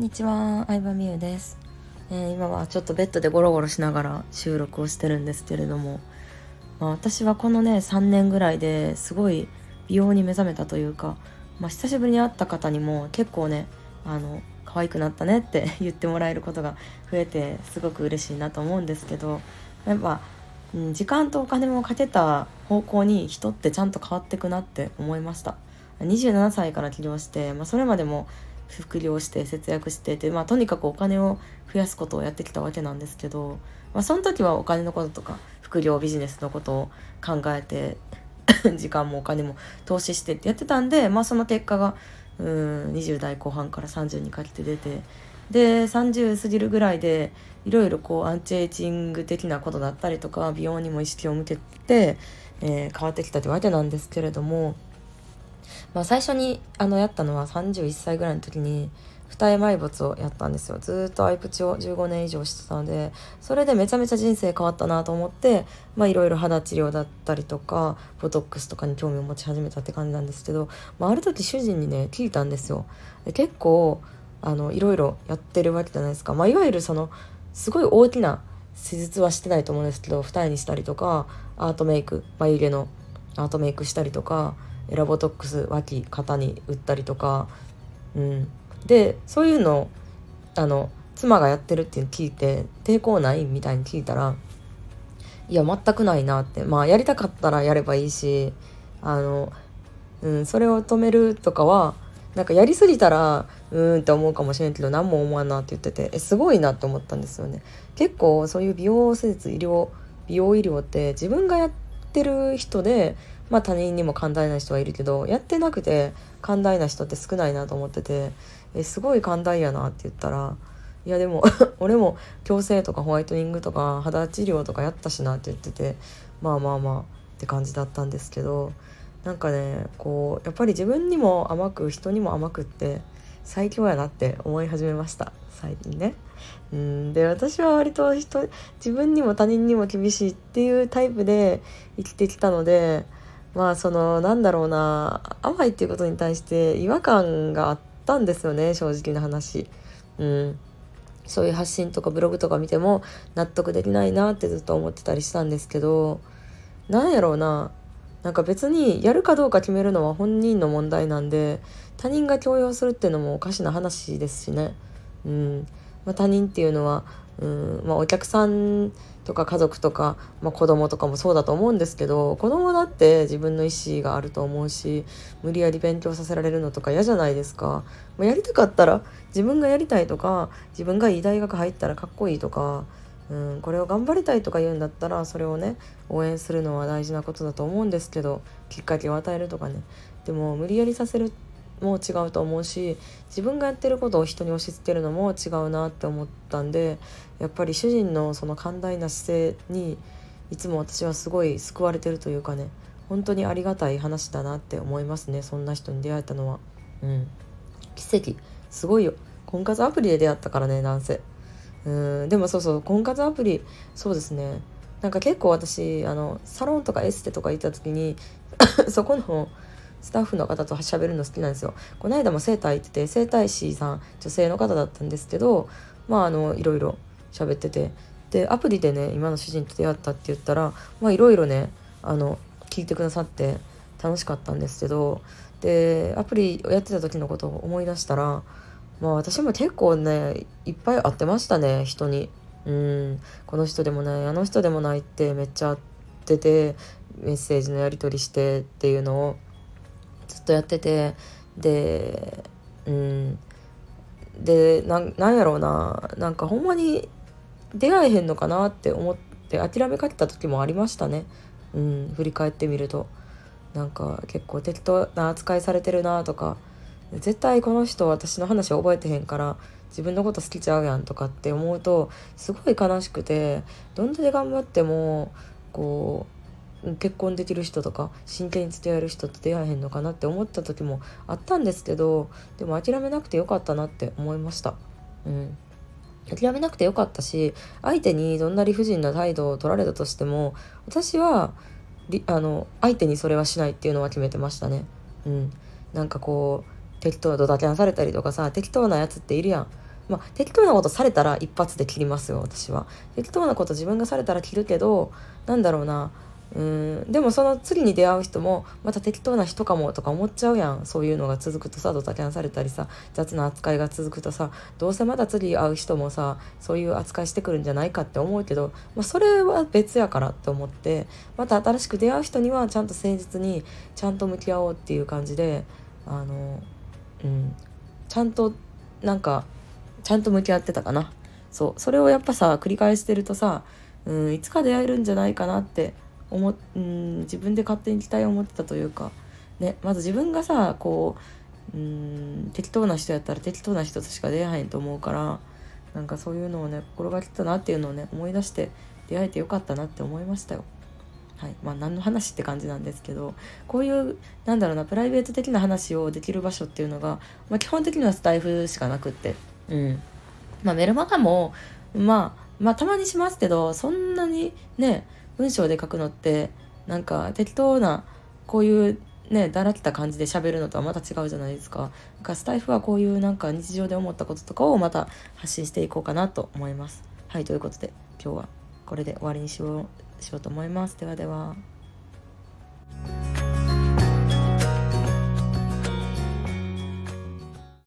にちは、相葉美優です。今はちょっとベッドでゴロゴロしながら収録をしてるんですけれども、私はこのね3年ぐらいですごい美容に目覚めたというか、久しぶりに会った方にも結構ね可愛くなったねって言ってもらえることが増えてすごく嬉しいなと思うんですけど、やっぱ、時間とお金もかけた方向に人ってちゃんと変わっていくなって思いました。27歳から起業して、それまでも副業して節約してて、とにかくお金を増やすことをやってきたわけなんですけど、その時はお金のこととか副業ビジネスのことを考えて時間もお金も投資してってやってたんで、その結果が20代後半から30にかけて出て、で30過ぎるぐらいでいろいろアンチエイジング的なことだったりとか美容にも意識を向けて、変わってきたというわけなんですけれども、最初にやったのは31歳ぐらいの時に二重埋没をやったんですよ。ずっとアイプチを15年以上してたので、それでめちゃめちゃ人生変わったなと思って、いろいろ肌治療だったりとかボトックスとかに興味を持ち始めたって感じなんですけど、ある時主人にね聞いたんですよ。で結構いろいろやってるわけじゃないですか。いわゆるすごい大きな施術はしてないと思うんですけど、二重にしたりとかアートメイク、眉毛のアートメイクしたりとかエラボトックス脇肩に打ったりとか、でそういうの妻がやってるっていうの聞いて抵抗ないみたいに聞いたら、いや全くないなって、やりたかったらやればいいし、それを止めるとかはやりすぎたらって思うかもしれんけど何も思わんなって言ってて、すごいなって思ったんですよね。結構そういう美容施術美容医療って自分がやってる人で、他人にも寛大な人はいるけど、やってなくて寛大な人って少ないなと思ってて、すごい寛大やなって言ったら、いやでも俺も矯正とかホワイトニングとか肌治療とかやったしなって言ってて、って感じだったんですけど、やっぱり自分にも甘く人にも甘くって最強やなって思い始めました最近ね。で私は割と自分にも他人にも厳しいっていうタイプで生きてきたので、なんだろうな、甘いっていうことに対して違和感があったんですよね、正直な話。そういう発信とかブログとか見ても納得できないなってずっと思ってたりしたんですけど、なんやろうな、別にやるかどうか決めるのは本人の問題なんで、他人が強要するっていうのもおかしな話ですしね。他人っていうのはお客さんとか家族とか、子供とかもそうだと思うんですけど、子供だって自分の意思があると思うし、無理やり勉強させられるのとか嫌じゃないですか。やりたかったら自分がやりたいとか、自分がいい大学入ったらかっこいいとか、これを頑張りたいとか言うんだったらそれをね応援するのは大事なことだと思うんですけど、きっかけを与えるとかね。でも無理やりさせるも違うと思うし、自分がやってることを人に押し付けるのも違うなって思ったんで、やっぱり主人のその寛大な姿勢にいつも私はすごい救われてるというかね、本当にありがたい話だなって思いますね。そんな人に出会えたのは奇跡、すごいよ。婚活アプリで出会ったからね、なんせ。でもそう婚活アプリ、そうですね、結構私サロンとかエステとか行った時にそこのスタッフの方と喋るの好きなんですよ。この間も整体行ってて、整体師さん女性の方だったんですけど、いろいろ喋ってて、でアプリでね今の主人と出会ったって言ったら、いろいろね聞いてくださって楽しかったんですけど、でアプリをやってた時のことを思い出したら、私も結構ねいっぱい会ってましたね、人に。この人でもないあの人でもないってめっちゃ会ってて、メッセージのやり取りしてっていうのをずっとやってて、でなんやろうな、ほんまに出会えへんのかなって思って諦めかけた時もありましたね。振り返ってみると結構適当な扱いされてるなとか、絶対この人私の話覚えてへんから自分のこと好きちゃうやんとかって思うとすごい悲しくて、どんだけ頑張っても結婚できる人とか真剣に付き合える人って出会えへんのかなって思った時もあったんですけど、でも諦めなくてよかったなって思いました。諦めなくてよかったし、相手にどんな理不尽な態度を取られたとしても私は相手にそれはしないっていうのは決めてましたね。適当なドタキャンされたりとかさ、適当なやつっているやん。 適当なことされたら一発で切りますよ。私は適当なこと自分がされたら切るけど、なんだろうな、でもその次に出会う人もまた適当な人かもとか思っちゃうやん。そういうのが続くとさ、ドタキャンされたりさ、雑な扱いが続くとさ、どうせまた次会う人もさそういう扱いしてくるんじゃないかって思うけど、それは別やからって思って、また新しく出会う人にはちゃんと誠実にちゃんと向き合おうっていう感じで、ちゃんとなんかちゃんと向き合ってたかな。それをやっぱさ繰り返してるとさ、いつか出会えるんじゃないかなって自分で勝手に期待を持ってたというかね。まず自分がさ適当な人やったら適当な人としか出会えへんと思うから、なんかそういうのをね心がけてたなっていうのをね思い出して出会えてよかったなって思いましたよ。はい、何の話って感じなんですけど、こういうなんだろうなプライベート的な話をできる場所っていうのが、基本的にはスタイフしかなくって、メルマガもたまにしますけど、そんなにね文章で書くのってなんか適当なこういうねだらけた感じで喋るのとはまた違うじゃないですか。なんかスタイフはこういうなんか日常で思ったこととかをまた発信していこうかなと思います。はい、ということで今日はこれで終わりにしようと思います。ではでは。